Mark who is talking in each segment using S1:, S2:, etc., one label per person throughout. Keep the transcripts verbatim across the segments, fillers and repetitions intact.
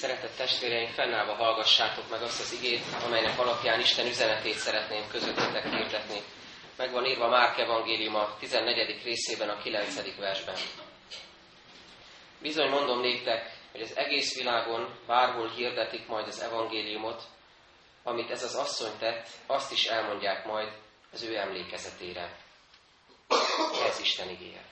S1: Szeretett testvéreim, fennállva hallgassátok meg azt az igét, amelynek alapján Isten üzenetét szeretném közöttetek hirdetni. Meg van írva Márk evangéliuma tizennegyedik részében, a kilencedik versben. Bizony mondom néktek, hogy az egész világon bárhol hirdetik majd az evangéliumot, amit ez az asszony tett, azt is elmondják majd az ő emlékezetére. Ez Isten igéje.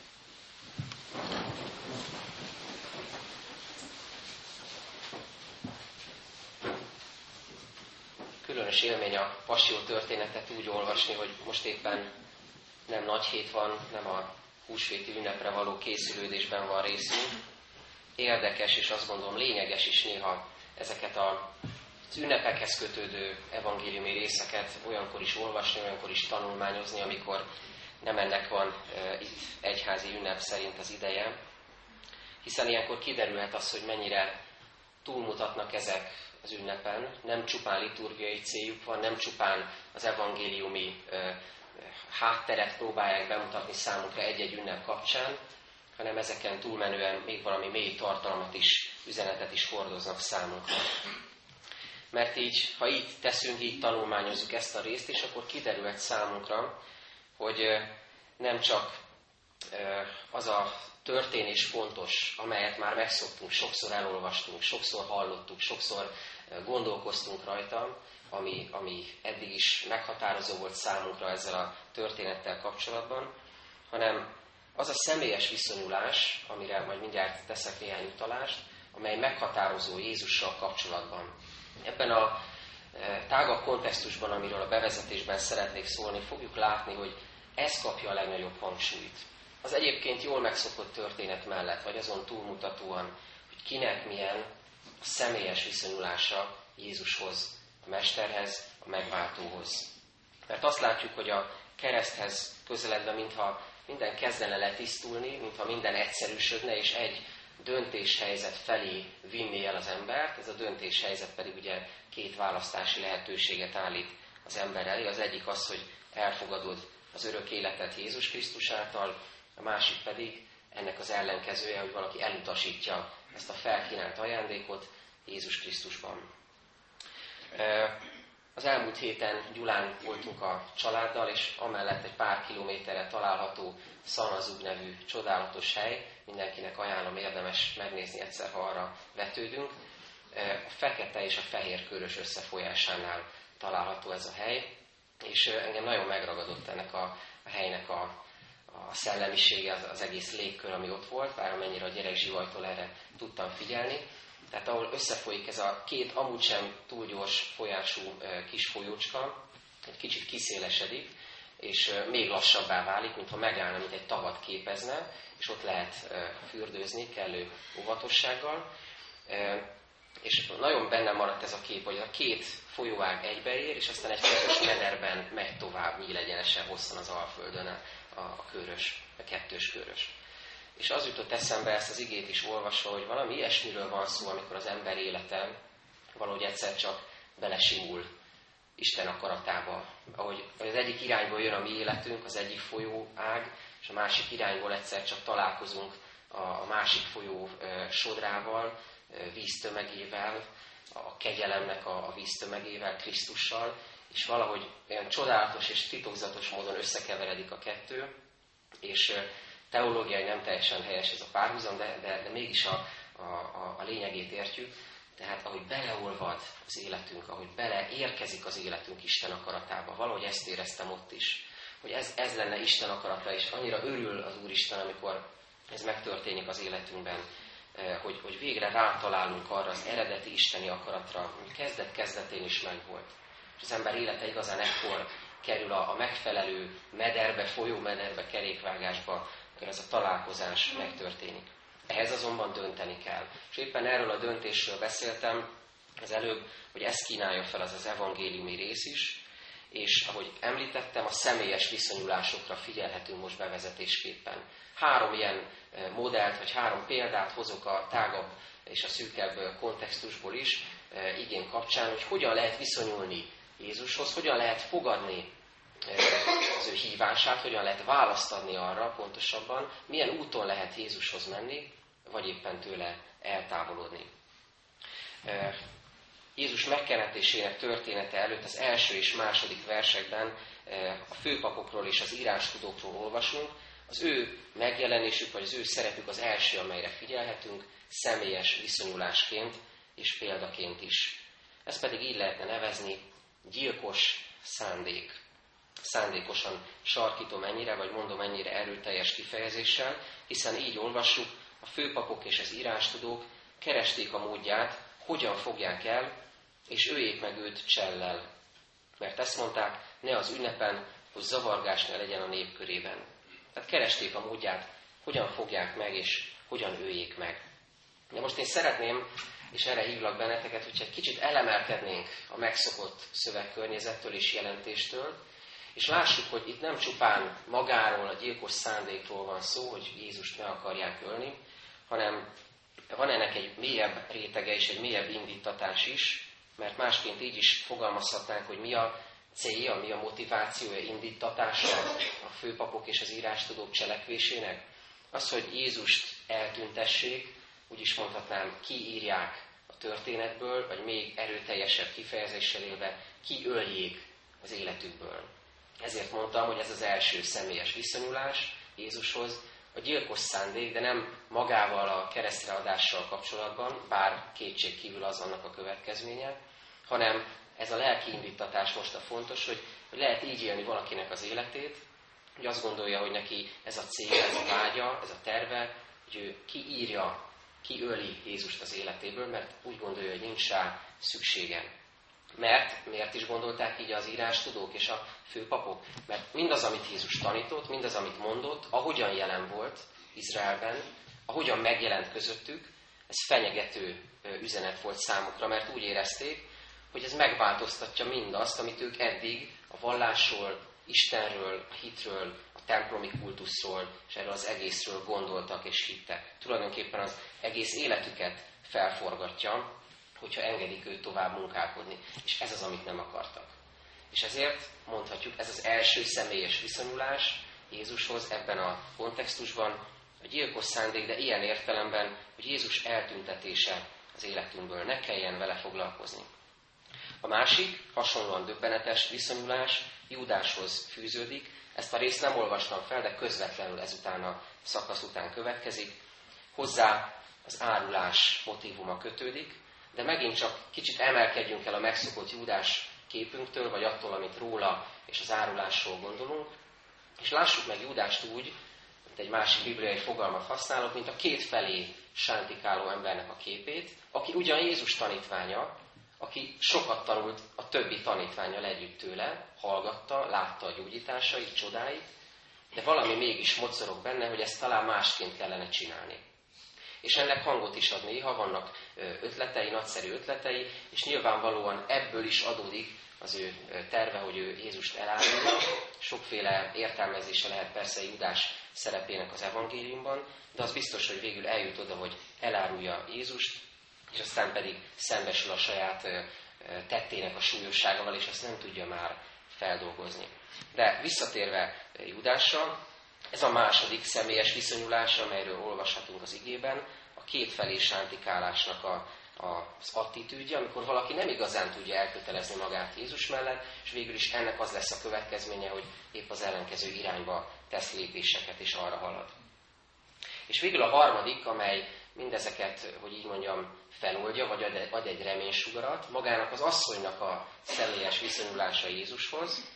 S1: Különös élmény a passió történetet úgy olvasni, hogy most éppen nem nagy hét van, nem a húsvéti ünnepre való készülődésben van részünk. Érdekes és azt gondolom lényeges is néha ezeket az ünnepekhez kötődő evangéliumi részeket olyankor is olvasni, olyankor is tanulmányozni, amikor nem ennek van e, itt egyházi ünnep szerint az ideje. Hiszen ilyenkor kiderülhet az, hogy mennyire túlmutatnak ezek az ünnepen, nem csupán liturgiai céljuk van, nem csupán az evangéliumi e, hátteret próbálják bemutatni számunkra egy-egy ünnep kapcsán, hanem ezeken túlmenően még valami mély tartalmat is, üzenetet is hordoznak számunkra. Mert így, ha így teszünk, így tanulmányozzuk ezt a részt is, akkor kiderülhet számunkra, hogy nem csak az a történés fontos, amelyet már megszoktunk, sokszor elolvastunk, sokszor hallottuk, sokszor gondolkoztunk rajta, ami, ami eddig is meghatározó volt számunkra ezzel a történettel kapcsolatban, hanem az a személyes viszonyulás, amire majd mindjárt teszek néhány utalást, amely meghatározó Jézussal kapcsolatban. Ebben a tágabb kontextusban, amiről a bevezetésben szeretnék szólni, fogjuk látni, hogy ez kapja a legnagyobb hangsúlyt. Az egyébként jól megszokott történet mellett, vagy azon túlmutatóan, hogy kinek milyen a személyes viszonyulása Jézushoz, a Mesterhez, a Megváltóhoz. Mert azt látjuk, hogy a kereszthez közeledve, mintha minden kezdene letisztulni, mintha minden egyszerűsödne, és egy döntéshelyzet felé vinné el az embert. Ez a döntéshelyzet pedig ugye két választási lehetőséget állít az ember elé. Az egyik az, hogy elfogadod az örök életet Jézus Krisztus által, a másik pedig ennek az ellenkezője, hogy valaki elutasítja ezt a felkínált ajándékot Jézus Krisztusban. Az elmúlt héten Gyulán voltunk a családdal, és amellett egy pár kilométerre található Szanazug nevű csodálatos hely. Mindenkinek ajánlom, érdemes megnézni egyszer, ha arra vetődünk. A fekete és a fehér körös összefolyásánál található ez a hely, és engem nagyon megragadott ennek a, a helynek a, a szellemisége, az, az egész légkör, ami ott volt, bár amennyire a gyerek zsivajtól erre tudtam figyelni. Tehát ahol összefolyik ez a két amúgy sem túl gyors folyású kis folyócska, egy kicsit kiszélesedik, és még lassabbá válik, mintha megállna, mint egy tavat képezne, és ott lehet fürdőzni kellő óvatossággal. És nagyon bennem maradt ez a kép, hogy a két folyóág egybeér, és aztán egy közös mederben megy tovább nyílegyenesen hosszan az Alföldön a, a körös, a kettős körös. És az jutott eszembe, ezt az igét is olvasva, hogy valami ilyesmiről van szó, amikor az ember élete valahogy egyszer csak belesimul Isten akaratába. Ahogy az egyik irányból jön a mi életünk, az egyik folyó ág, és a másik irányból egyszer csak találkozunk a másik folyó sodrával, víztömegével, a kegyelemnek a víztömegével, Krisztussal, és valahogy olyan csodálatos és titokzatos módon összekeveredik a kettő, és teológiai nem teljesen helyes ez a párhuzam, de, de, de mégis a, a, a lényegét értjük. Tehát ahogy beleolvad az életünk, ahogy beleérkezik az életünk Isten akaratába, valahogy ezt éreztem ott is, hogy ez, ez lenne Isten akarata, és annyira örül az Úristen, amikor ez megtörténik az életünkben, hogy, hogy végre rátalálunk arra az eredeti isteni akaratra, ami kezdet-kezdetén is megvolt. És az ember élete igazán ekkor kerül a, a megfelelő mederbe, folyómederbe, kerékvágásba, ez a találkozás megtörténik. Ehhez azonban dönteni kell. És éppen erről a döntésről beszéltem az előbb, hogy ezt kínálja fel az az evangéliumi rész is, és ahogy említettem, a személyes viszonyulásokra figyelhetünk most bevezetésképpen. Három ilyen modellt, vagy három példát hozok a tágabb és a szűkebb kontextusból is igén kapcsán, hogy hogyan lehet viszonyulni Jézushoz, hogyan lehet fogadni az ő hívását, hogyan lehet választ adni arra pontosabban, milyen úton lehet Jézushoz menni, vagy éppen tőle eltávolodni. Jézus megkenetésének története előtt az első és második versekben a főpapokról és az írástudókról olvasunk. Az ő megjelenésük, vagy az ő szerepük az első, amelyre figyelhetünk, személyes viszonyulásként és példaként is. Ezt pedig így lehetne nevezni, gyilkos szándék. Szándékosan sarkítom ennyire, vagy mondom ennyire erőteljes kifejezéssel, hiszen így olvassuk, a főpapok és az írástudók keresték a módját, hogyan fogják el, és öljék meg őt csellel. Mert ezt mondták, ne az ünnepen, hogy zavargás ne legyen a nép körében. Tehát keresték a módját, hogyan fogják meg, és hogyan öljék meg. De most én szeretném, és erre hívlak benneteket, hogyha egy kicsit elemelkednénk a megszokott szövegkörnyezettől és jelentéstől, és lássuk, hogy itt nem csupán magáról, a gyilkos szándékról van szó, hogy Jézust meg akarják ölni, hanem van ennek egy mélyebb rétege és egy mélyebb indítatás is, mert másként így is fogalmazhatnánk, hogy mi a célja, mi a motivációja, indítatása a főpapok és az írástudók cselekvésének. Az, hogy Jézust eltüntessék, úgy is mondhatnám, kiírják a történetből, vagy még erőteljesebb kifejezéssel élve, kiöljék az életükből. Ezért mondtam, hogy ez az első személyes viszonyulás Jézushoz, a gyilkos szándék, de nem magával a keresztreadással kapcsolatban, bár kétség kívül az annak a következménye, hanem ez a lelki indítatás most a fontos, hogy, hogy lehet így élni valakinek az életét, hogy azt gondolja, hogy neki ez a cél, ez a vágya, ez a terve, hogy ő kiírja, kiöli Jézust az életéből, mert úgy gondolja, hogy nincs rá szüksége. Mert, miért is gondolták így az írástudók és a főpapok? Mert mindaz, amit Jézus tanított, mindaz, amit mondott, ahogyan jelen volt Izraelben, ahogyan megjelent közöttük, ez fenyegető üzenet volt számukra, mert úgy érezték, hogy ez megváltoztatja mindazt, amit ők eddig a vallásról, Istenről, a hitről, a templomi kultuszról, és erről az egészről gondoltak és hittek. Tulajdonképpen az egész életüket felforgatja, hogyha engedik őt tovább munkálkodni. És ez az, amit nem akartak. És ezért mondhatjuk, ez az első személyes viszonyulás Jézushoz ebben a kontextusban, a gyilkos szándék, de ilyen értelemben, hogy Jézus eltüntetése az életünkből, ne kelljen vele foglalkozni. A másik, hasonlóan döbbenetes viszonyulás Júdáshoz fűződik. Ezt a részt nem olvastam fel, de közvetlenül ezután a szakasz után következik. Hozzá az árulás motívuma kötődik, de megint csak kicsit emelkedjünk el a megszokott Júdás képünktől, vagy attól, amit róla és az árulásról gondolunk, és lássuk meg Júdást úgy, mint egy másik bibliai fogalmat használok, mint a két felé sántikáló embernek a képét, aki ugyan Jézus tanítványa, aki sokat tanult a többi tanítvánnyal együtt tőle, hallgatta, látta a gyógyításait, csodáit, de valami mégis mocorog benne, hogy ezt talán másként kellene csinálni. És ennek hangot is ad néha, vannak ötletei, nagyszerű ötletei, és nyilvánvalóan ebből is adódik az ő terve, hogy ő Jézust elárulja. Sokféle értelmezése lehet persze Júdás szerepének az evangéliumban, de az biztos, hogy végül eljut oda, hogy elárulja Jézust, és aztán pedig szembesül a saját tettének a súlyosságával, és azt nem tudja már feldolgozni. De visszatérve Júdással, ez a második személyes viszonyulás, amelyről olvashatunk az igében, a kétfelé sántikálásnak a, a, az attitűdje, amikor valaki nem igazán tudja elkötelezni magát Jézus mellett, és végül is ennek az lesz a következménye, hogy épp az ellenkező irányba tesz lépéseket, és arra halad. És végül a harmadik, amely mindezeket, hogy így mondjam, feloldja, vagy ad egy reménysugarat, magának az asszonynak a személyes viszonyulása Jézushoz.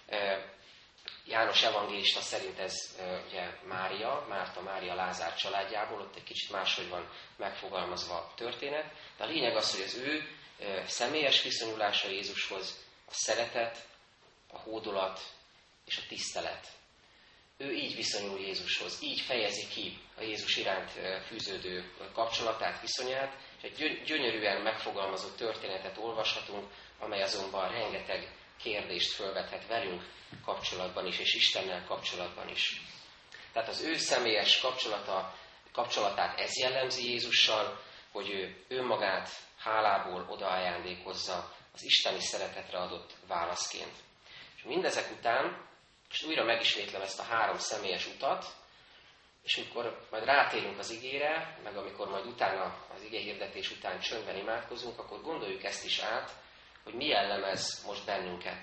S1: János evangélista szerint ez ugye Mária, Márta Mária Lázár családjából, ott egy kicsit máshogy van megfogalmazva a történet. De a lényeg az, hogy az ő személyes viszonyulása Jézushoz a szeretet, a hódolat és a tisztelet. Ő így viszonyul Jézushoz, így fejezi ki a Jézus iránt fűződő kapcsolatát, viszonyát, és egy gyönyörűen megfogalmazott történetet olvashatunk, amely azonban rengeteg kérdést fölvethet velünk kapcsolatban is, és Istennel kapcsolatban is. Tehát az ő személyes kapcsolata, kapcsolatát ez jellemzi Jézussal, hogy ő önmagát hálából odaajándékozza az isteni szeretetre adott válaszként. És mindezek után, és újra megismétlem ezt a három személyes utat, És mikor majd rátérünk az igére, meg amikor majd utána, az igehirdetés után csöndben imádkozunk, akkor gondoljuk ezt is át, hogy mi jellemez most bennünket.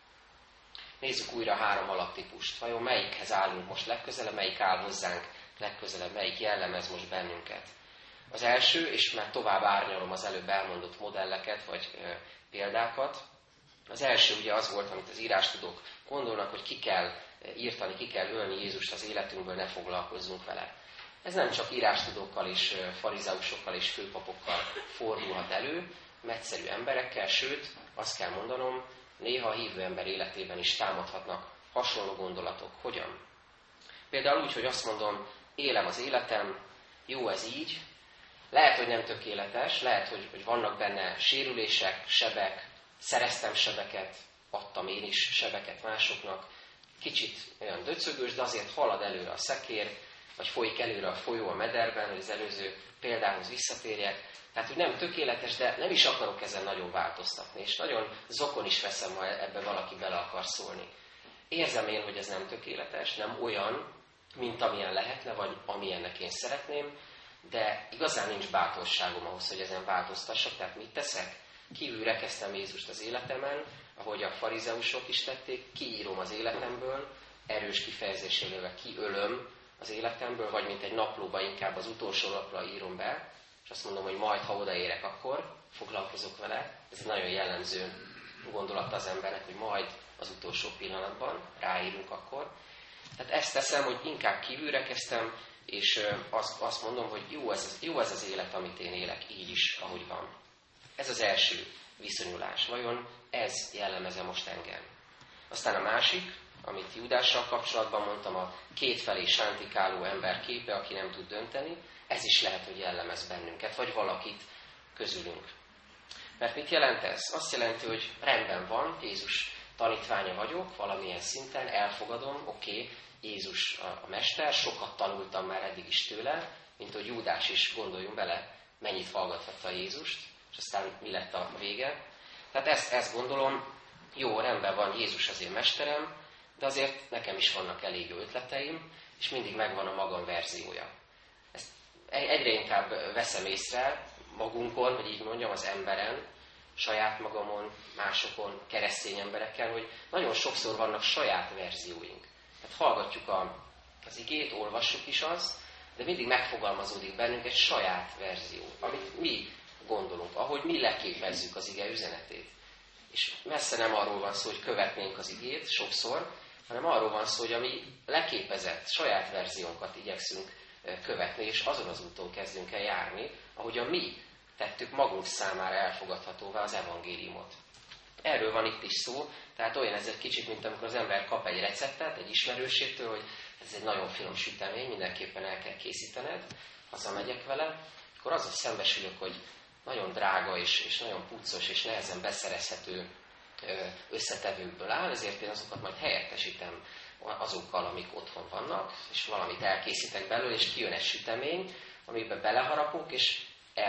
S1: Nézzük újra a három alaptípust. Vajon melyikhez állunk most legközelebb, melyik áll hozzánk legközelebb, melyik jellemez most bennünket. Az első, és már tovább árnyalom az előbb elmondott modelleket, vagy ö, példákat. Az első ugye az volt, amit az írástudók gondolnak, hogy ki kell írtani, ki kell ölni Jézust az életünkből, ne foglalkozzunk vele. Ez nem csak írástudókkal és farizeusokkal és főpapokkal fordulhat elő, egyszerű emberekkel, sőt, azt kell mondanom, néha a hívő ember életében is támadhatnak hasonló gondolatok. Hogyan? Például úgy, hogy azt mondom, élem az életem, jó ez így, lehet, hogy nem tökéletes, lehet, hogy, hogy vannak benne sérülések, sebek, szereztem sebeket, adtam én is sebeket másoknak, kicsit olyan döcögős, de azért halad előre a szekér, vagy folyik előre a folyó a mederben, hogy az előző példához visszatérjek. Tehát, hogy nem tökéletes, de nem is akarok ezen nagyon változtatni, és nagyon zokon is veszem, ha ebbe valaki bele akar szólni. Érzem én, hogy ez nem tökéletes, nem olyan, mint amilyen lehetne, vagy amilyennek én szeretném, de igazán nincs bátorságom ahhoz, hogy ezen változtassak. Tehát mit teszek? Kívül rekeztem Jézust az életemen, ahogy a farizeusok is tették, kiírom az életemből, erős kifejezésével kiölöm az életemből, vagy mint egy naplóba inkább az utolsó lapra írom be, és azt mondom, hogy majd, ha odaérek, akkor foglalkozok vele. Ez egy nagyon jellemző gondolata az embernek, hogy majd az utolsó pillanatban ráírunk akkor. Tehát ezt teszem, hogy inkább kívülre kezdtem, és azt, azt mondom, hogy jó ez, jó ez az élet, amit én élek, így is, ahogy van. Ez az első viszonyulás. Vajon ez jellemez-e most engem? Aztán a másik, amit Judással kapcsolatban mondtam, a kétfelé sántikáló ember képe, aki nem tud dönteni, ez is lehet, hogy jellemez bennünket, vagy valakit közülünk. Mert mit jelent ez? Azt jelenti, hogy rendben van, Jézus tanítványa vagyok, valamilyen szinten elfogadom, oké, okay, Jézus a, a mester, sokat tanultam már eddig is tőle, mint hogy Júdás is, gondoljunk bele, mennyit hallgathatta Jézust, és aztán mi lett a vége. Tehát ezt, ezt gondolom, jó, rendben van, Jézus az én mesterem, de azért nekem is vannak elég jó ötleteim, és mindig megvan a magam verziója. Ezt egyre inkább veszem észre magunkon, hogy így mondjam, az emberen, saját magamon, másokon, keresztény emberekkel, hogy nagyon sokszor vannak saját verzióink. Tehát hallgatjuk a, az igét, olvassuk is azt, de mindig megfogalmazódik bennünk egy saját verzió, amit mi gondolunk, ahogy mi leképezzük az ige üzenetét. És messze nem arról van szó, hogy követnénk az igét sokszor, hanem arról van szó, hogy a mi leképezett saját verziónkat igyekszünk követni, és azon az úton kezdünk el járni, ahogy a mi tettük magunk számára elfogadhatóvá az evangéliumot. Erről van itt is szó, tehát olyan ez egy kicsit, mint amikor az ember kap egy receptet, egy ismerősétől, hogy ez egy nagyon finom sütemény, mindenképpen el kell készítened, hazamegyek vele, akkor azzal szembesülök, hogy nagyon drága és, és nagyon puccos és nehezen beszerezhető összetevőkből áll, ezért én azokat majd helyettesítem azokkal, amik otthon vannak, és valamit elkészítek belőle, és kijön egy sütemény, amiben beleharapok, és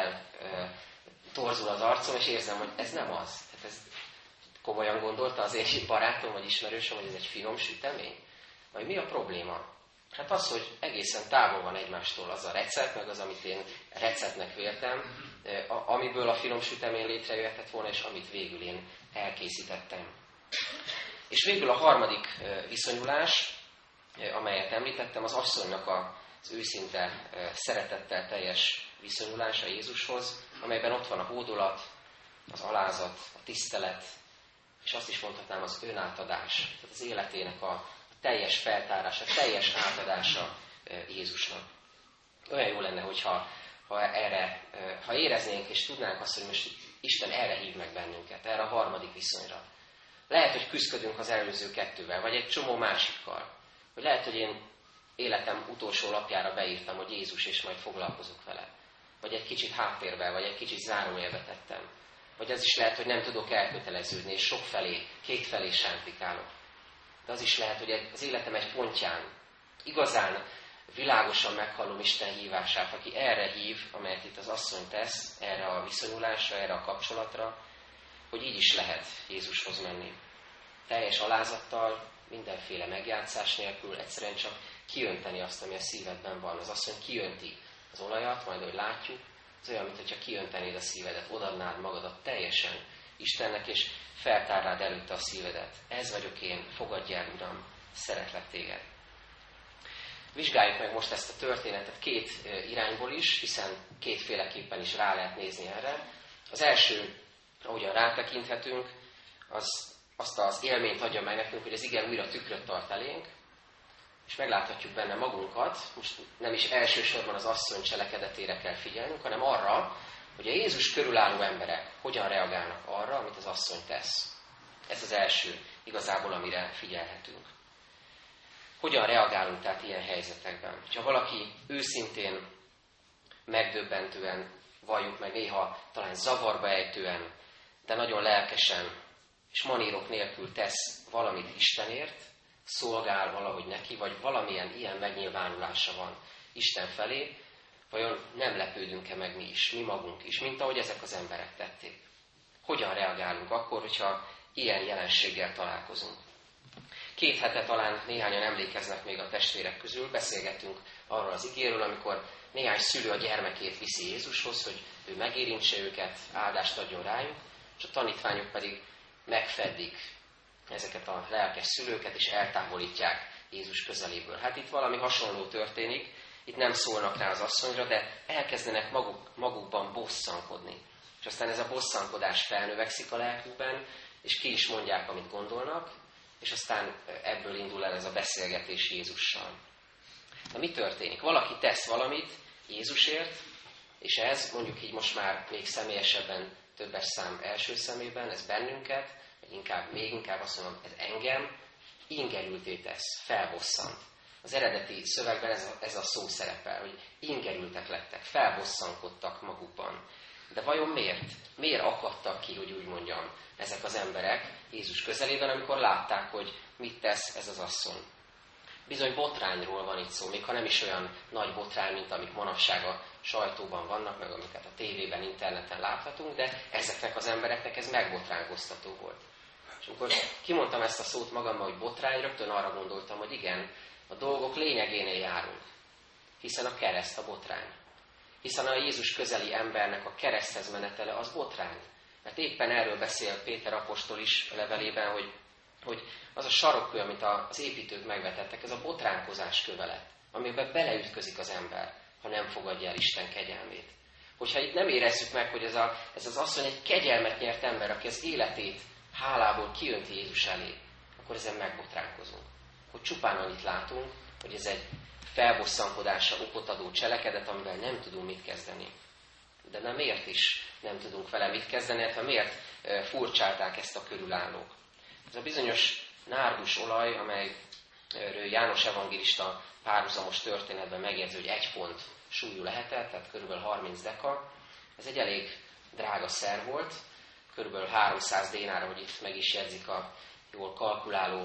S1: eltorzul az arcom, és érzem, hogy ez nem az. Tehát ez komolyan gondolta az én barátom, vagy ismerősöm, hogy ez egy finom sütemény? Vagy mi a probléma? Hát az, hogy egészen távol van egymástól az a recept, meg az, amit én receptnek véltem, amiből a finom sütemény létrejöhetett volna, és amit végül én elkészítettem. És végül a harmadik viszonyulás, amelyet említettem, az asszonynak az őszinte szeretettel teljes viszonyulása Jézushoz, amelyben ott van a hódolat, az alázat, a tisztelet, és azt is mondhatnám az önátadás, tehát az életének a teljes feltárása, teljes átadása Jézusnak. Olyan jó lenne, hogyha ha, erre, ha éreznénk és tudnánk azt, hogy most Isten erre hív meg bennünket, erre a harmadik viszonyra. Lehet, hogy küzdködünk az előző kettővel, vagy egy csomó másikkal. Vagy lehet, hogy én életem utolsó lapjára beírtam, hogy Jézus, és majd foglalkozok vele. Vagy egy kicsit háttérbe, vagy egy kicsit zárójelbe tettem. Vagy az is lehet, hogy nem tudok elköteleződni, és sokfelé, kétfelé sántikálok. De az is lehet, hogy az életem egy pontján igazán világosan meghallom Isten hívását, aki erre hív, amelyet itt az asszony tesz, erre a viszonyulásra, erre a kapcsolatra, hogy így is lehet Jézushoz menni. Teljes alázattal, mindenféle megjátszás nélkül, egyszerűen csak kiönteni azt, ami a szívedben van. Az asszony kiönti az olajat, majd ahogy látjuk, az olyan, mintha kiöntenéd a szívedet, odadnád magadat teljesen Istennek, és feltárnád előtte a szívedet. Ez vagyok én, fogadj el, Uram, szeretlek téged. Vizsgáljuk meg most ezt a történetet két irányból is, hiszen kétféleképpen is rá lehet nézni erre. Az első, ahogyan rátekinthetünk, az azt az élményt adja meg nekünk, hogy az ige újra tükröt tart elénk, és megláthatjuk benne magunkat. Most nem is elsősorban az asszony cselekedetére kell figyelnünk, hanem arra, hogy a Jézus körül álló emberek hogyan reagálnak arra, amit az asszony tesz. Ez az első igazából, amire figyelhetünk. Hogyan reagálunk tehát ilyen helyzetekben? Ha valaki őszintén, megdöbbentően, valljuk meg néha talán zavarba ejtően, de nagyon lelkesen és manírok nélkül tesz valamit Istenért, szolgál valahogy neki, vagy valamilyen ilyen megnyilvánulása van Isten felé, vajon nem lepődünk-e meg mi is, mi magunk is, mint ahogy ezek az emberek tették? Hogyan reagálunk akkor, hogyha ilyen jelenséggel találkozunk? Két hete talán néhányan emlékeznek még a testvérek közül, beszélgettünk arról az igéről, amikor néhány szülő a gyermekét viszi Jézushoz, hogy ő megérintse őket, áldást adjon rájuk, és a tanítványok pedig megfedik ezeket a lelkes szülőket, és eltávolítják Jézus közeléből. Hát itt valami hasonló történik, itt nem szólnak rá az asszonyra, de elkezdenek maguk, magukban bosszankodni. És aztán ez a bosszankodás felnövekszik a lelkükben, és ki is mondják, amit gondolnak, és aztán ebből indul el ez a beszélgetés Jézussal. De mi történik? Valaki tesz valamit Jézusért, és ez mondjuk így most már még személyesebben, többes szám első szemében, ez bennünket, vagy inkább, még inkább azt mondom, ez engem ingerülté tesz, felbosszant. Az eredeti szövegben ez a, ez a szó szerepel, hogy ingerültek lettek, felbosszankodtak magukban. De vajon miért? Miért akadtak ki, hogy úgy mondjam, ezek az emberek Jézus közelében, amikor látták, hogy mit tesz ez az asszony? Bizony botrányról van itt szó, még ha nem is olyan nagy botrány, mint amik manapság a sajtóban vannak, meg amiket a tévében, interneten láthatunk, de ezeknek az embereknek ez megbotránkoztató volt. És amikor kimondtam ezt a szót magammal, hogy botrány, rögtön arra gondoltam, hogy igen, a dolgok lényegénél járunk, hiszen a kereszt a botrány. Hiszen a Jézus közeli embernek a kereszthez menetele az botrány. Mert éppen erről beszél Péter apostol is a levelében, hogy, hogy az a sarokkő, amit az építők megvetettek, ez a botránkozás köve lett, amiben beleütközik az ember, ha nem fogadja el Isten kegyelmét. Hogyha itt nem érezzük meg, hogy ez, a, ez az asszony egy kegyelmet nyert ember, aki az életét hálából kiönti Jézus elé, akkor ezen megbotránkozunk. Hogy csupán annyit látunk, hogy ez egy felbosszankodásra okot adó cselekedet, amivel nem tudunk mit kezdeni. De nem miért is nem tudunk vele mit kezdeni, illetve miért furcsálták ezt a körülállók. Ez a bizonyos nárdus olaj, amelyről János evangélista párhuzamos történetben megjegyzi, hogy egy font súlyú lehetett, tehát körülbelül harminc deka. Ez egy elég drága szer volt, körülbelül háromszáz dénár, hogy itt meg is jegyzik a jól kalkuláló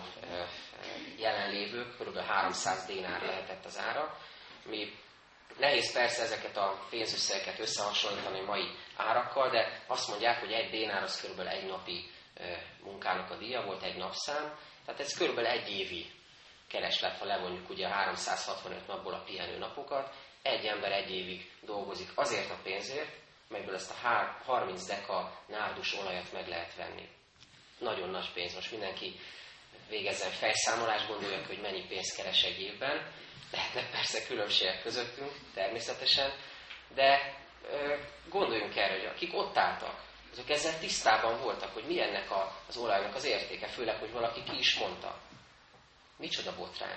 S1: jelenlévők, körülbelül háromszáz dénár lehetett az ára. Mi nehéz persze ezeket a pénzösszegeket összehasonlítani a mai árakkal, de azt mondják, hogy egy dénár az körülbelül egy napi munkának a díja, volt egy napszám, tehát ez körülbelül egy évi kereslet, ha levonjuk ugye a háromszázhatvanöt napból a pihenő napokat. Egy ember egy évig dolgozik azért a pénzért, melyből ezt a harminc deka nárdus olajat meg lehet venni. Nagyon nagy pénz. Most mindenki végezzen fejszámolást, gondolja, hogy mennyi pénzt keres egy évben. Lehetnek persze különbségek közöttünk, természetesen, de ö, gondoljunk erre, hogy akik ott álltak, azok ezzel tisztában voltak, hogy mi ennek a, az olajnak az értéke, főleg, hogy valaki ki is mondta. Micsoda botrány.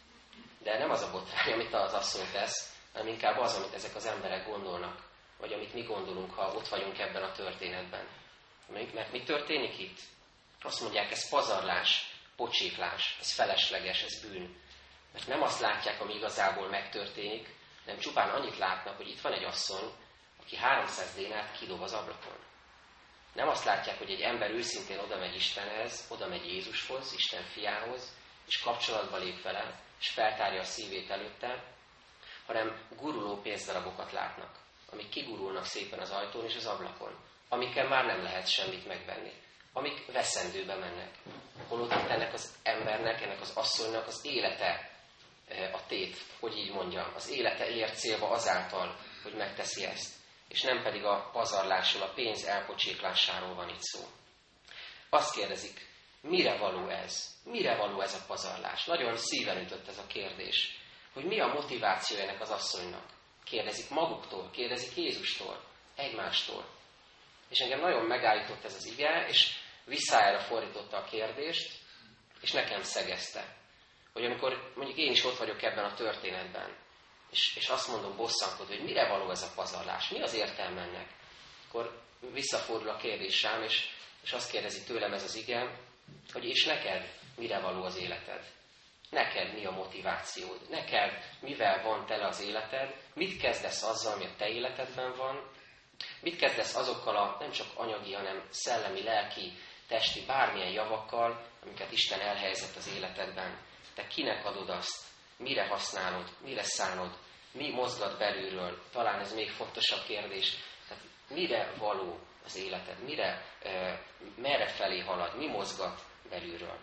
S1: De nem az a botrány, amit az asszony tesz, hanem inkább az, amit ezek az emberek gondolnak, vagy amit mi gondolunk, ha ott vagyunk ebben a történetben. Mert mi történik itt? Azt mondják, ez pazarlás, pocséklás, ez felesleges, ez bűn. Mert nem azt látják, ami igazából megtörténik, hanem csupán annyit látnak, hogy itt van egy asszony, aki háromszáz dénárt kidob az ablakon. Nem azt látják, hogy egy ember őszintén oda megy Istenhez, oda megy Jézushoz, Isten fiához, és kapcsolatba lép vele, és feltárja a szívét előtte, hanem guruló pénzdarabokat látnak, amik kigurulnak szépen az ajtón és az ablakon, amikkel már nem lehet semmit megvenni, amik veszendőbe mennek. Holott ennek az embernek, ennek az asszonynak az élete a tét, hogy így mondjam, az élete ér célba azáltal, hogy megteszi ezt. És nem pedig a pazarlásról, a pénz elpocséklásáról van itt szó. Azt kérdezik, mire való ez? Mire való ez a pazarlás? Nagyon szíven ütött ez a kérdés. Hogy mi a motiváció ennek az asszonynak? Kérdezik maguktól, kérdezik Jézustól, egymástól. És engem nagyon megállított ez az ige, és visszájára fordította a kérdést, és nekem szegezte. Hogy amikor mondjuk én is ott vagyok ebben a történetben, és, és azt mondom bosszankodva, hogy mire való ez a pazarlás, mi az értelme ennek, akkor visszafordul a kérdés rám, és, és azt kérdezi tőlem ez az ige, hogy és neked mire való az életed? Neked mi a motivációd? Neked mivel van tele az életed? Mit kezdesz azzal, ami a te életedben van? Mit kezdesz azokkal a nem csak anyagi, hanem szellemi, lelki, testi, bármilyen javakkal, amiket Isten elhelyezett az életedben? Te kinek adod azt? Mire használod? Mire szánod? Mi mozgat belülről? Talán ez még fontosabb kérdés. Tehát mire való az életed? Mire, merre felé halad? Mi mozgat belülről?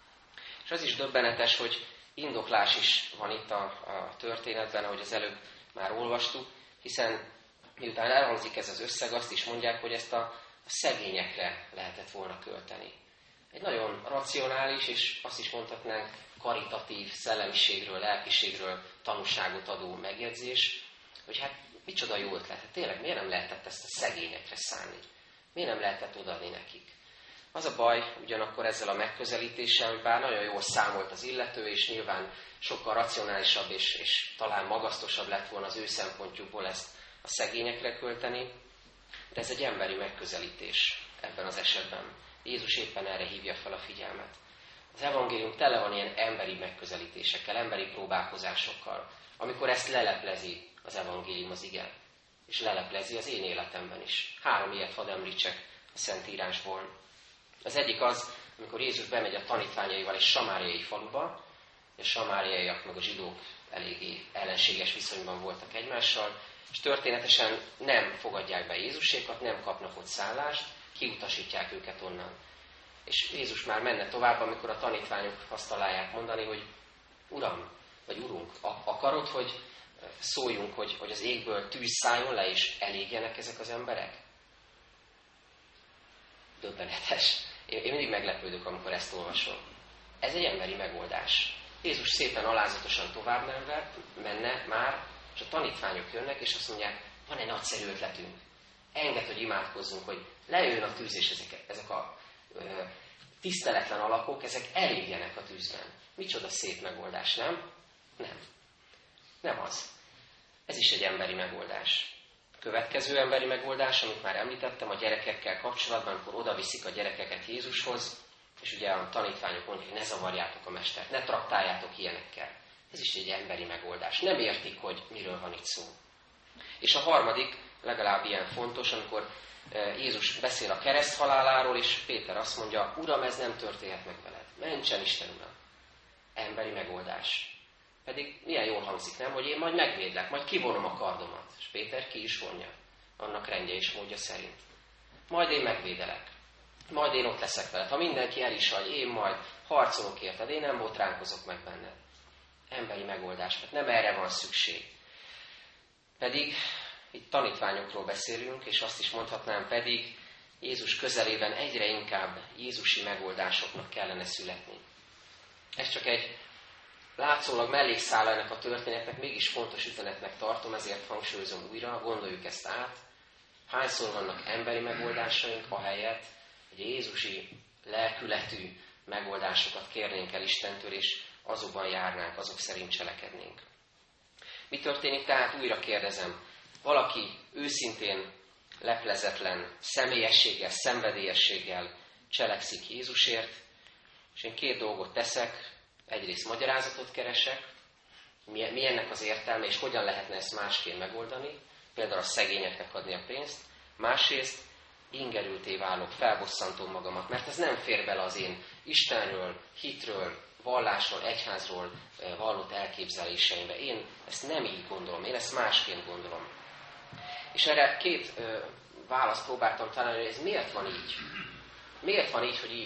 S1: És az is döbbenetes, hogy indoklás is van itt a, a történetben, ahogy az előbb már olvastuk, hiszen miután elhangzik ez az összeg, azt is mondják, hogy ezt a, a szegényekre lehetett volna költeni. Egy nagyon racionális, és azt is mondhatnánk, karitatív szellemiségről, lelkiségről tanúságot adó megjegyzés, hogy hát micsoda jó ötlet, hát tényleg miért nem lehetett ezt a szegényekre szánni? Miért nem lehetett odaadni nekik? Az a baj ugyanakkor ezzel a megközelítéssel, hogy bár nagyon jól számolt az illető, és nyilván sokkal racionálisabb és, és talán magasztosabb lett volna az ő szempontjukból ezt a szegényekre költeni, de ez egy emberi megközelítés ebben az esetben. Jézus éppen erre hívja fel a figyelmet. Az evangélium tele van ilyen emberi megközelítésekkel, emberi próbálkozásokkal, amikor ezt leleplezi az evangélium, az ige, és leleplezi az én életemben is. Három ilyet hadd említsek a Szentírásból. Az egyik az, amikor Jézus bemegy a tanítványaival egy samáriai faluba, és a samáriaiak meg a zsidók eléggé ellenséges viszonyban voltak egymással, és történetesen nem fogadják be Jézusékat, nem kapnak ott szállást, kiutasítják őket onnan. És Jézus már menne tovább, amikor a tanítványok azt találják mondani, hogy Uram, vagy Urunk, akarod, hogy szóljunk, hogy, hogy az égből tűz szálljon le, és elégjenek ezek az emberek? Döbbenetes. Én, én mindig meglepődök, amikor ezt olvasom. Ez egy emberi megoldás. Jézus szépen alázatosan tovább menve, menne már, és a tanítványok jönnek, és azt mondják, van egy nagyszerű ötletünk. Engedd, hogy imádkozzunk, hogy lejöjjön a tűz, és ezek, ezek a ö, tiszteletlen alakok, ezek elégjenek a tűzben. Micsoda szép megoldás, nem? Nem. Nem az. Ez is egy emberi megoldás. Következő emberi megoldás, amit már említettem, a gyerekekkel kapcsolatban, amikor oda viszik a gyerekeket Jézushoz, és ugye a tanítványok mondják, hogy ne zavarjátok a mestert, ne traktáljátok ilyenekkel. Ez is egy emberi megoldás. Nem értik, hogy miről van itt szó. És a harmadik, legalább ilyen fontos, amikor Jézus beszél a kereszthaláláról, és Péter azt mondja, Uram, ez nem történhet meg veled. Mentsen Isten, Uram. Emberi megoldás. Pedig milyen jól hangzik, nem? Hogy én majd megvédlek, majd kivonom a kardomat. És Péter ki is vonja, annak rendje és módja szerint. Majd én megvédelek. Majd én ott leszek veled. Ha mindenki el is hagy, én majd harcolok érted, én nem botránkozok meg benned. Emberi megoldás, mert nem erre van szükség. Pedig itt tanítványokról beszélünk, és azt is mondhatnám pedig, Jézus közelében egyre inkább jézusi megoldásoknak kellene születni. Ez csak egy látszólag mellékszála ennek a történetnek, mégis fontos üzenetnek tartom, ezért hangsúlyozom újra, gondoljuk ezt át. Hányszor vannak emberi megoldásaink, ahelyett, hogy jézusi lelkületű megoldásokat kérnénk el Istentől, és azokban járnánk, azok szerint cselekednénk. Mi történik tehát? Újra kérdezem. Valaki őszintén, leplezetlen személyességgel, szenvedélyességgel cselekszik Jézusért, és én két dolgot teszek. Egyrészt magyarázatot keresek, mi ennek az értelme, és hogyan lehetne ezt másként megoldani, például a szegényeknek adni a pénzt. Másrészt ingerülté válok, felbosszantom magamat, mert ez nem fér bele az én Istenről, hitről, vallásról, egyházról vallott elképzeléseimbe. Én ezt nem így gondolom, én ezt másként gondolom. És erre két ö, választ próbáltam találni, hogy ez miért van így? Miért van így, hogy így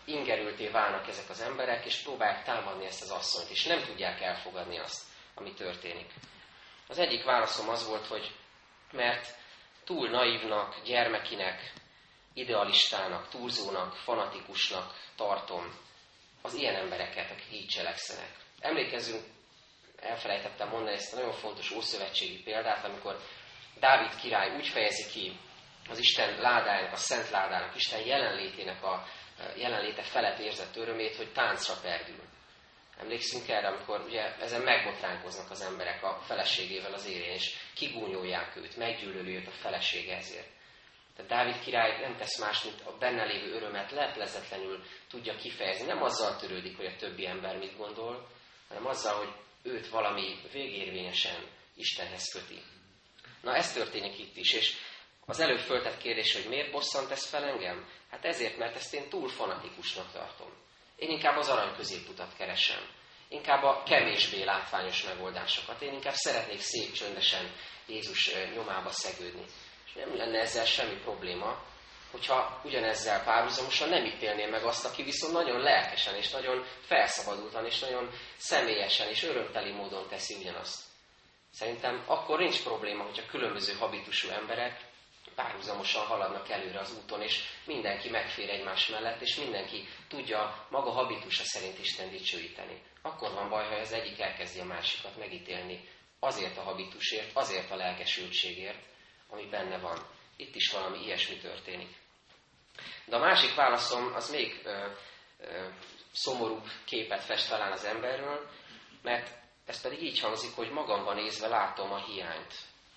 S1: ingerülté válnak ezek az emberek, és próbálják támadni ezt az asszonyt, és nem tudják elfogadni azt, ami történik. Az egyik válaszom az volt, hogy mert túl naívnak, gyermekinek, idealistának, túlzónak, fanatikusnak tartom az ilyen embereket, akik így cselekszenek. Emlékezzünk, elfelejtettem mondani ezt a nagyon fontos ószövetségi példát, amikor Dávid király úgy fejezi ki az Isten ládájának, a szent ládának, Isten jelenlétének a jelenléte felett érzett örömét, hogy táncra perdül. Emlékszünk erre, amikor ugye ezen megbotránkoznak az emberek a feleségével az élén, és kigúnyolják őt, meggyűlöli őt a felesége ezért. Tehát Dávid király nem tesz más, mint a benne lévő örömet leplezetlenül tudja kifejezni. Nem azzal törődik, hogy a többi ember mit gondol, hanem azzal, hogy őt valami végérvényesen Istenhez köti. Na ez történik itt is, és az előbb föltett kérdés, hogy miért bosszant ez fel engem? Hát ezért, mert ezt én túl fanatikusnak tartom. Én inkább az arany középutat keresem. Inkább a kevésbé látványos megoldásokat. Én inkább szeretnék szép csöndesen Jézus nyomába szegődni. És nem lenne ezzel semmi probléma, hogyha ugyanezzel párhuzamosan nem ítélném meg azt, aki viszont nagyon lelkesen, és nagyon felszabadultan, és nagyon személyesen, és örömteli módon teszi ugyanazt. Szerintem akkor nincs probléma, hogyha különböző habitusú emberek párhuzamosan haladnak előre az úton, és mindenki megfér egymás mellett, és mindenki tudja maga habitusa szerint Isten dicsőíteni. Akkor van baj, ha az egyik elkezdi a másikat megítélni azért a habitusért, azért a lelkesültségért, ami benne van. Itt is valami ilyesmi történik. De a másik válaszom az még ö, ö, szomorúbb képet fest talán az emberről, mert ez pedig így hangzik, hogy magamban nézve látom a hiányt.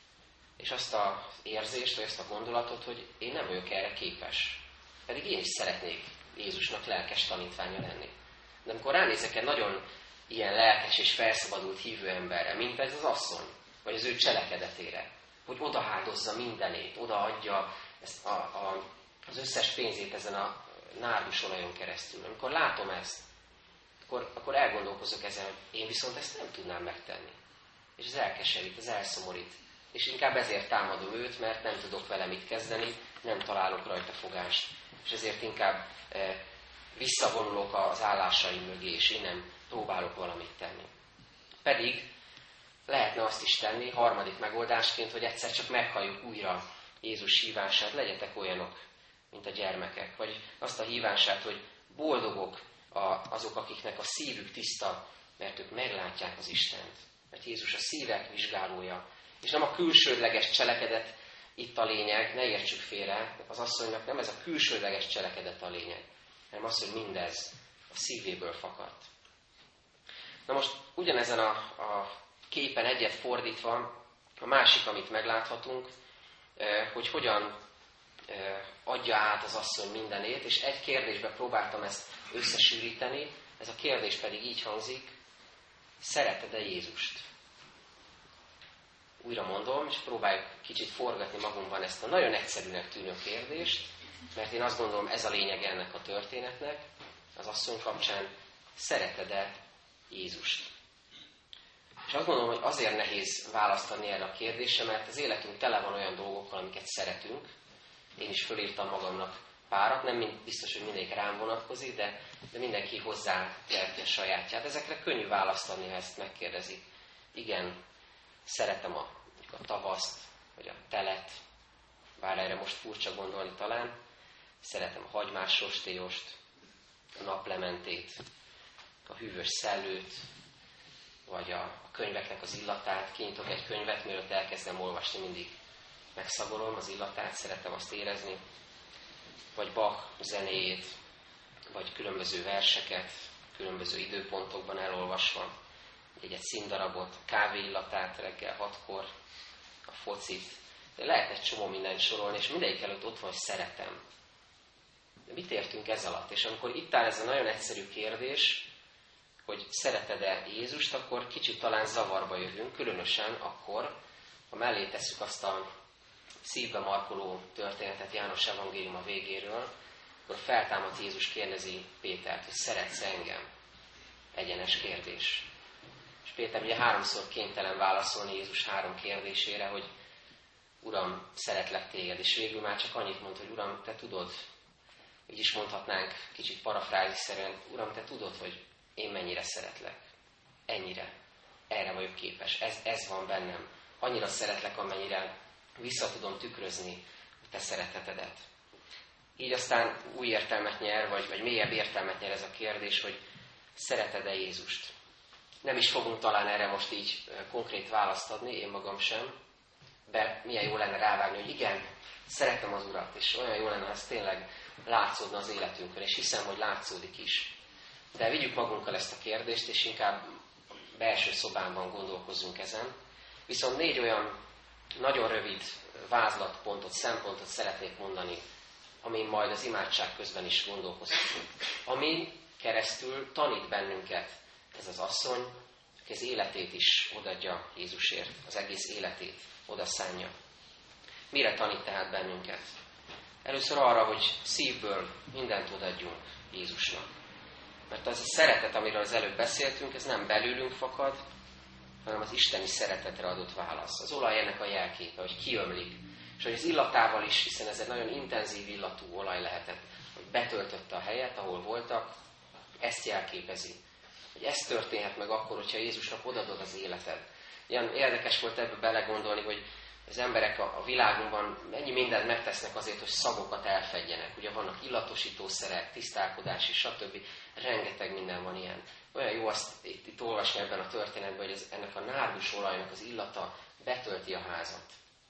S1: És azt az érzést, vagy azt a gondolatot, hogy én nem vagyok erre képes. Pedig én is szeretnék Jézusnak lelkes tanítványa lenni. De amikor ránézek egy nagyon ilyen lelkes és felszabadult hívő emberre, mint ez az asszony, vagy az ő cselekedetére, hogy odaháldozza mindenét, odaadja ezt a, a, az összes pénzét ezen a nárdusolajon keresztül. Amikor látom ezt, akkor, akkor elgondolkozok ezen, hogy én viszont ezt nem tudnám megtenni. És ez elkeserít, ez elszomorít. És inkább ezért támadom őt, mert nem tudok vele mit kezdeni, nem találok rajta fogást. És ezért inkább e, visszavonulok az állásaim mögé, és én nem próbálok valamit tenni. Pedig lehetne azt is tenni, harmadik megoldásként, hogy egyszer csak meghalljuk újra Jézus hívását, legyetek olyanok, mint a gyermekek. Vagy azt a hívását, hogy boldogok azok, akiknek a szívük tiszta, mert ők meglátják az Istent. Mert Jézus a szívek vizsgálója. És nem a külsődleges cselekedet itt a lényeg, ne értsük félre, az asszonynak nem ez a külsődleges cselekedet a lényeg, hanem az, hogy mindez a szívéből fakadt. Na most ugyanezen a, a képen egyet fordítva, a másik, amit megláthatunk, hogy hogyan adja át az asszony mindenét, és egy kérdésbe próbáltam ezt összesűríteni, ez a kérdés pedig így hangzik, szereted-e Jézust? Újra mondom, és próbáljuk kicsit forgatni magunkban ezt a nagyon egyszerűnek tűnő kérdést, mert én azt gondolom, ez a lényeg ennek a történetnek, az asszony kapcsán, szereted-e Jézust? És azt gondolom, hogy azért nehéz választ adni erre a kérdésre, mert az életünk tele van olyan dolgokkal, amiket szeretünk. Én is fölírtam magamnak párat, nem mind, biztos, hogy mindegyik rám vonatkozik, de, de mindenki hozzá teheti a sajátját. Ezekre könnyű választ adni, ha ezt megkérdezik. Igen, szeretem a, a tavaszt, vagy a telet, bár erre most furcsa gondolni talán. Szeretem a hagymás rostélyost, a naplementét, a hűvös szellőt, vagy a, a könyveknek az illatát. Kinyitok egy könyvet, mielőtt elkezdem olvasni, mindig megszagolom az illatát, szeretem azt érezni. Vagy Bach zenéjét, vagy különböző verseket, különböző időpontokban elolvasva. Egy-egy színdarabot, kávé illatát reggel hatkor, a focit. De lehet egy csomó mindent sorolni, és mindegyik előtt ott van, hogy szeretem. De mit értünk ez alatt? És amikor itt áll ez a nagyon egyszerű kérdés, hogy szereted-e Jézust, akkor kicsit talán zavarba jövünk, különösen akkor, ha mellé tesszük azt a szívbe markoló történetet János evangéliuma végéről, akkor feltámadt Jézus kérdezi Pétert, hogy szeretsz engem? Egyenes kérdés. És Péter ugye háromszor kénytelen válaszolni Jézus három kérdésére, hogy Uram, szeretlek téged, és végül már csak annyit mond, hogy Uram, te tudod, Így is mondhatnánk kicsit parafrázisszerűen, Uram, Te tudod, hogy én mennyire szeretlek. Ennyire. Erre vagyok képes. Ez, ez van bennem. Annyira szeretlek, amennyire vissza tudom tükrözni a Te szeretetedet. Így aztán új értelmet nyer, vagy, vagy mélyebb értelmet nyer ez a kérdés, hogy szereted-e Jézust? Nem is fogunk talán erre most így konkrét választ adni, én magam sem, de milyen jó lenne rávágni, hogy igen, szeretem az Urat, és olyan jó lenne, ha ez tényleg látszódna az életünkön, és hiszem, hogy látszódik is. De vigyük magunkkal ezt a kérdést, és inkább belső szobámban gondolkozzunk ezen. Viszont négy olyan nagyon rövid vázlatpontot, szempontot szeretnék mondani, amin majd az imádság közben is gondolkozhatunk. Amin keresztül tanít bennünket ez az asszony, aki az életét is odaadja Jézusért, az egész életét odaszánja. Mire tanít tehát bennünket? Először arra, hogy szívből mindent odaadjunk Jézusnak. Mert az a szeretet, amiről az előbb beszéltünk, ez nem belőlünk fakad, hanem az isteni szeretetre adott válasz. Az olaj ennek a jelképe, hogy kiömlik, és hogy az illatával is, hiszen ez egy nagyon intenzív illatú olaj lehetett, hogy betöltötte a helyet, ahol voltak, ezt jelképezi. Hogy ez történhet meg akkor, hogyha Jézusnak odadod az életed. Ilyen érdekes volt ebbe belegondolni, hogy az emberek a világunkban mennyi mindent megtesznek azért, hogy szagokat elfedjenek. Ugye vannak illatosítószerek, tisztálkodási, stb. Rengeteg minden van ilyen. Olyan jó azt itt, itt olvasni ebben a történetben, hogy ez, ennek a nárgus olajnak az illata betölti a házat.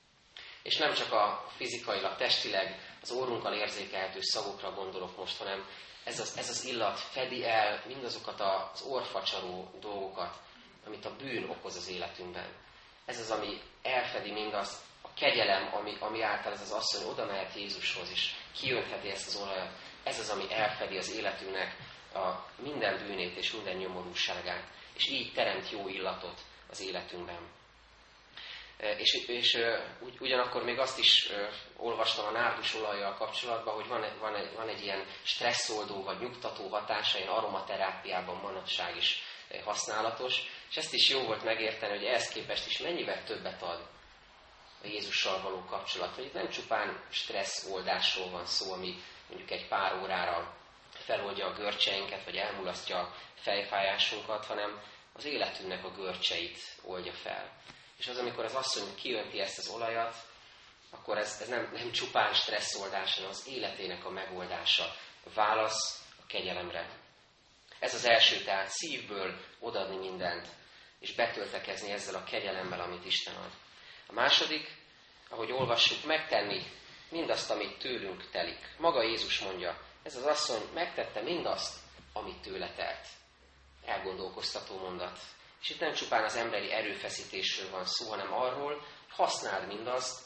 S1: És nem csak a fizikailag, testileg, az orrunkkal érzékelhető szagokra gondolok most, hanem ez az, ez az illat fedi el mindazokat az orrfacsaró dolgokat, amit a bűn okoz az életünkben. Ez az, ami elfedi mindazt, a kegyelem, ami, ami által ez az asszony oda mehet Jézushoz, és kiöntheti ezt az olajat. Ez az, ami elfedi az életünknek a minden bűnét és minden nyomorúságát, és így teremt jó illatot az életünkben. És, és ugy, ugyanakkor még azt is olvastam a nárdus olajjal kapcsolatban, hogy van, van, egy, van egy ilyen stresszoldó vagy nyugtató hatása, ilyen aromaterápiában manapság is használatos, és ezt is jó volt megérteni, hogy ehhez képest is mennyivel többet ad a Jézussal való kapcsolat. Hogy itt nem csupán stresszoldásról van szó, ami mondjuk egy pár órára feloldja a görcseinket, vagy elmulasztja a fejfájásunkat, hanem az életünknek a görcseit oldja fel. És az, amikor az asszony kiönti ezt az olajat, akkor ez, ez nem, nem csupán stresszoldás, hanem az életének a megoldása, a válasz a kegyelemre. Ez az első, tehát szívből odadni mindent, és betöltekezni ezzel a kegyelemmel, amit Isten ad. A második, ahogy olvassuk, megtenni mindazt, amit tőlünk telik. Maga Jézus mondja, ez az asszony megtette mindazt, amit tőle telt. Elgondolkoztató mondat. És itt nem csupán az emberi erőfeszítésről van szó, hanem arról, hogy használd mindazt,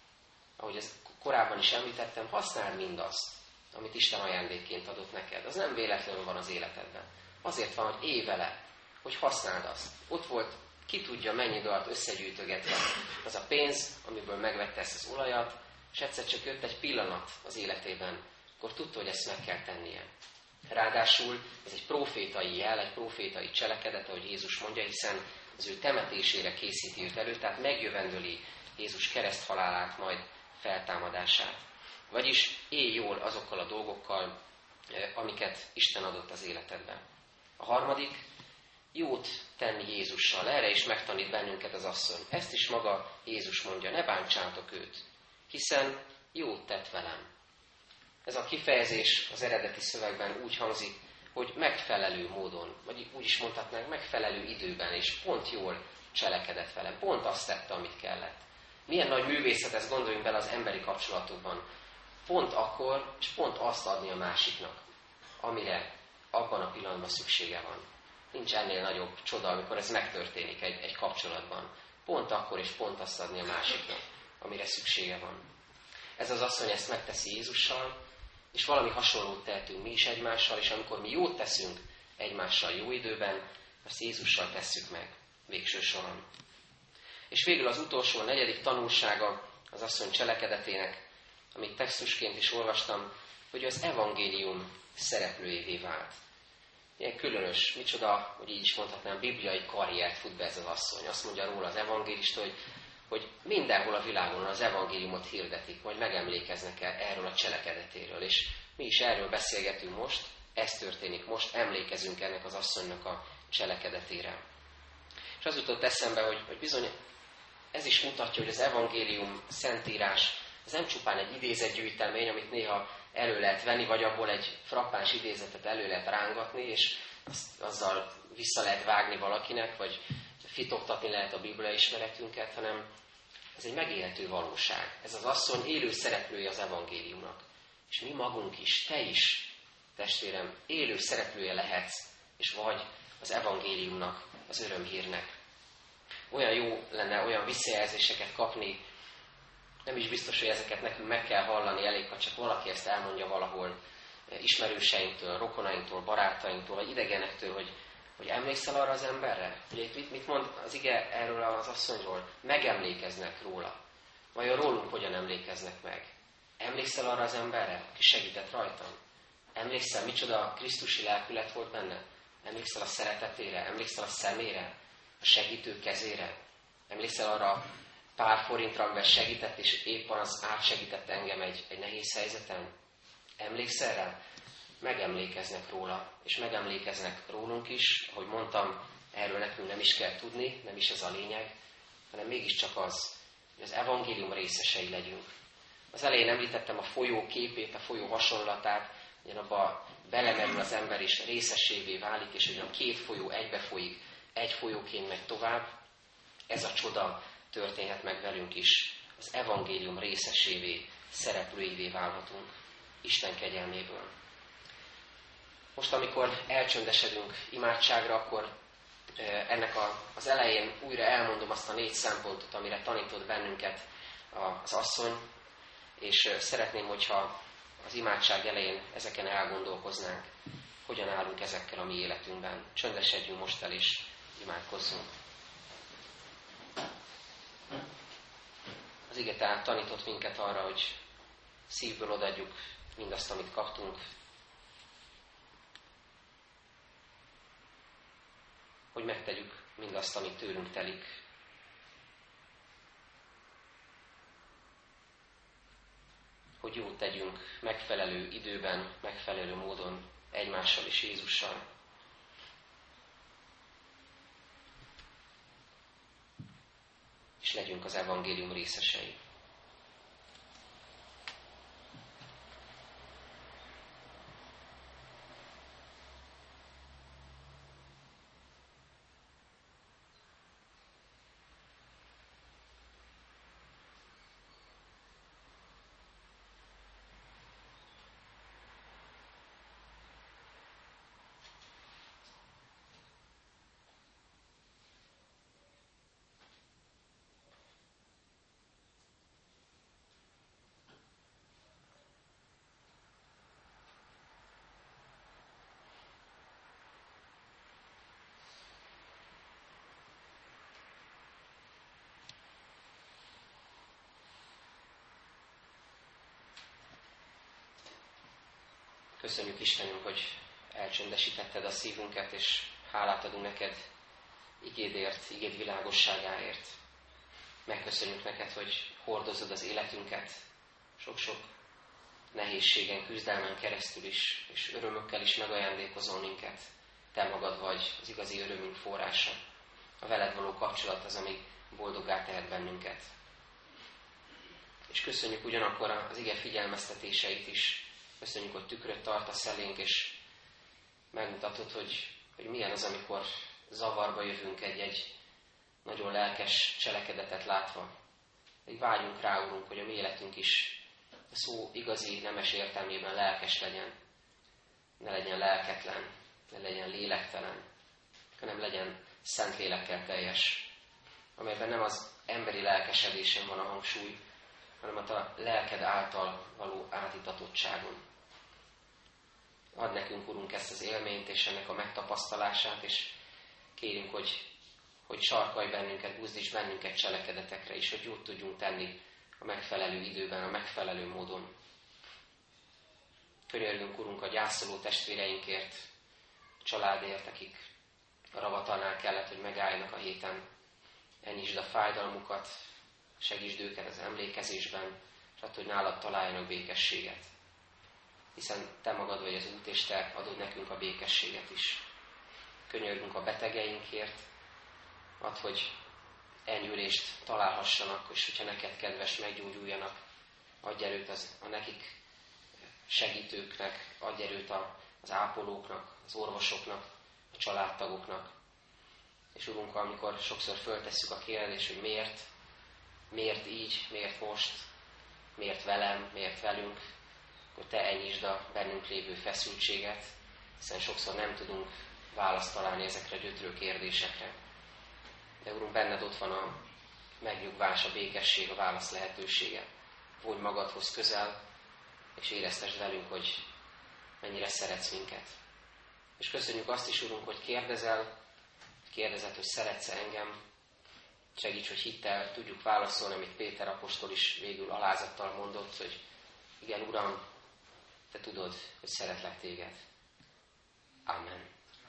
S1: ahogy ezt korábban is említettem, használd mindazt, amit Isten ajándékként adott neked. Az nem véletlenül van az életedben. Azért van, hogy élj vele, hogy használd azt. Ott volt, ki tudja mennyi idő alatt összegyűjtögetve az a pénz, amiből megvette ezt az olajat, és egyszer csak jött egy pillanat az életében, akkor tudta, hogy ezt meg kell tennie. Ráadásul ez egy profétai jel, egy profétai cselekedet, ahogy Jézus mondja, hiszen az ő temetésére készíti őt elő, tehát megjövendöli Jézus kereszthalálát, majd feltámadását. Vagyis élj jól azokkal a dolgokkal, amiket Isten adott az életedben. A harmadik, jót tenni Jézussal. Erre is megtanít bennünket az asszony. Ezt is maga Jézus mondja, ne bántsátok őt, hiszen jót tett velem. Ez a kifejezés az eredeti szövegben úgy hangzik, hogy megfelelő módon, vagy úgy is mondhatnánk, megfelelő időben, és pont jól cselekedett velem. Pont azt tette, amit kellett. Milyen nagy művészet, ezt gondoljunk bele az emberi kapcsolatokban. Pont akkor, és pont azt adni a másiknak, amire abban a pillanatban szüksége van. Nincs ennél nagyobb csoda, amikor ez megtörténik egy, egy kapcsolatban. Pont akkor, és pont azt adni a másiknak, amire szüksége van. Ez az asszony ezt megteszi Jézussal, és valami hasonlót tehetünk mi is egymással, és amikor mi jót teszünk egymással jó időben, azt Jézussal tesszük meg végső soron. És végül az utolsó, a negyedik tanulsága az asszony cselekedetének, amit textusként is olvastam, hogy az evangélium szereplőjévé vált. Ilyen különös, micsoda, hogy így is mondhatnám, bibliai karriert fut be ez az asszony. Azt mondja róla az evangélista, hogy, hogy mindenhol a világon az evangéliumot hirdetik, majd megemlékeznek el erről a cselekedetéről. És Mi is erről beszélgetünk most, ez történik most, emlékezünk ennek az asszonynak a cselekedetére. És az jutott eszembe, hogy, hogy bizony ez is mutatja, hogy az evangélium, szentírás, ez nem csupán egy idézetgyűjtemény, amit néha elő lehet venni, vagy abból egy frappáns idézetet elő lehet rángatni, és azt, azzal vissza lehet vágni valakinek, vagy fitoktatni lehet a Biblia ismeretünket, hanem ez egy megélhető valóság. Ez az asszony élő szereplője az evangéliumnak. És mi magunk is, te is, testvérem, élő szereplője lehetsz, és vagy az evangéliumnak, az örömhírnek. Olyan jó lenne olyan visszajelzéseket kapni, nem is biztos, hogy ezeket nekünk meg kell hallani, elég, ha csak valaki ezt elmondja valahol ismerőseinktől, rokonainktól, barátainktól, vagy idegenektől, hogy, hogy emlékszel arra az emberre? Ugye mit, mit mond az ige erről az asszonyról? Megemlékeznek róla. Vajon rólunk hogyan emlékeznek meg? Emlékszel arra az emberre, aki segített rajtam? Emlékszel, micsoda krisztusi lelkület volt benne? Emlékszel a szeretetére? Emlékszel a szemére? A segítő kezére? Emlékszel arra pár forintra, amivel segített, és éppen az átsegített engem egy, egy nehéz helyzeten? Emlékszel rá? Megemlékeznek róla, és megemlékeznek rólunk is. Ahogy mondtam, erről nekünk nem is kell tudni, nem is ez a lényeg, hanem mégiscsak az, hogy az evangélium részesei legyünk. Az elején említettem a folyó képét, a folyó hasonlatát, hogy abba belemerül az ember, és részesévé válik, és hogy a két folyó egybe folyik, egy folyóként megy tovább. Ez a csoda történhet meg velünk is. Az evangélium részesévé, szereplőivé válhatunk Isten kegyelméből. Most, amikor elcsöndesedünk imádságra, akkor ennek a, az elején újra elmondom azt a négy szempontot, amire tanított bennünket az asszony, és szeretném, hogyha az imádság elején ezeken elgondolkoznánk, hogyan állunk ezekkel a mi életünkben. Csöndesedjünk most el, és imádkozzunk. Az ige tehát tanított minket arra, hogy szívből odaadjuk mindazt, amit kaptunk, hogy megtegyük mindazt, amit tőlünk telik. Hogy jót tegyünk megfelelő időben, megfelelő módon egymással és Jézussal. És legyünk az evangélium részesei. Köszönjük Istenünk, hogy elcsöndesítetted a szívünket, és hálát adunk neked igédért, igéd világosságáért. Megköszönjük neked, hogy hordozod az életünket sok-sok nehézségen, küzdelmen keresztül is, és örömökkel is megajándékozol minket. Te magad vagy az igazi örömünk forrása. A veled való kapcsolat az, ami boldoggá tehet bennünket. És köszönjük ugyanakkor az ige figyelmeztetéseit is. Köszönjük, hogy tükröt tartasz elénk, és megmutatod, hogy, hogy milyen az, amikor zavarba jövünk egy-egy nagyon lelkes cselekedetet látva. Így vágyunk rá, Urunk, hogy a mi életünk is a szó igazi, nemes értelmében lelkes legyen. Ne legyen lelketlen, ne legyen lélektelen, hanem legyen szent lélekkel teljes, amelyben nem az emberi lelkesedésen van a hangsúly, hanem a lelked által való átitatottságon. Add nekünk, Urunk, ezt az élményt és ennek a megtapasztalását, és kérünk, hogy, hogy sarkalj bennünket, buzdíts bennünket cselekedetekre is, hogy jót tudjunk tenni a megfelelő időben, a megfelelő módon. Könyörgünk, Urunk, a gyászoló testvéreinkért, a családért, akik a ravatalnál kellett, hogy megálljanak a héten. Enyhítsd a fájdalmukat, segítsd őket az emlékezésben, és attól, hogy nálad találjanak békességet. hiszen Te magad vagy az út, és Te adod nekünk a békességet is. Könyörgünk a betegeinkért, add, hogy enyhülést találhassanak, és hogyha neked kedves, meggyógyuljanak. Adj erőt az, a nekik segítőknek, adj erőt a, az ápolóknak, az orvosoknak, a családtagoknak. És Urunk, amikor sokszor föltesszük a kérdést, hogy miért, miért így, miért most, miért velem, miért velünk, akkor Te enyhítsd a bennünk lévő feszültséget, hiszen sokszor nem tudunk választ találni ezekre a gyötrő kérdésekre. De Urunk, benned ott van a megnyugvás, a békesség, a válasz lehetősége. Vonj magadhoz közel, és éreztesd velünk, hogy mennyire szeretsz minket. És köszönjük azt is, Urunk, hogy kérdezel, kérdezed, hogy szeretsz engem. Segíts, hogy hittel tudjuk válaszolni, amit Péter apostol is végül alázattal mondott, hogy igen, Uram, Te tudod, hogy szeretlek Téged. Amen.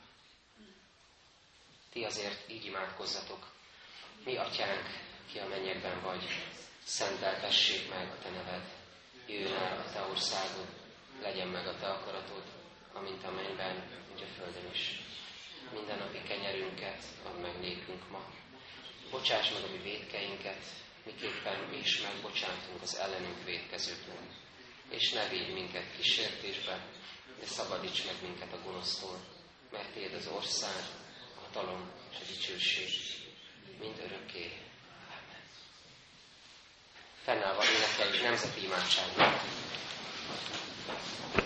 S1: Ti azért így imádkozzatok. Mi, Atyánk, ki a mennyekben vagy, szenteltessék meg a Te neved. Jöjjön el a Te országod, legyen meg a Te akaratod, amint a mennyben, úgy a földön is. Minden napi kenyerünket add meg nékünk ma. Bocsáss meg a mi vétkeinket, miképpen mi is megbocsátunk az ellenünk vétkezőknek. És ne védj minket kísértésbe, de szabadíts meg minket a gonosztól, mert Tiéd az ország, a hatalom és a dicsőség, mind örökké. Amen. Fennállva énekeljük nemzeti imádságot.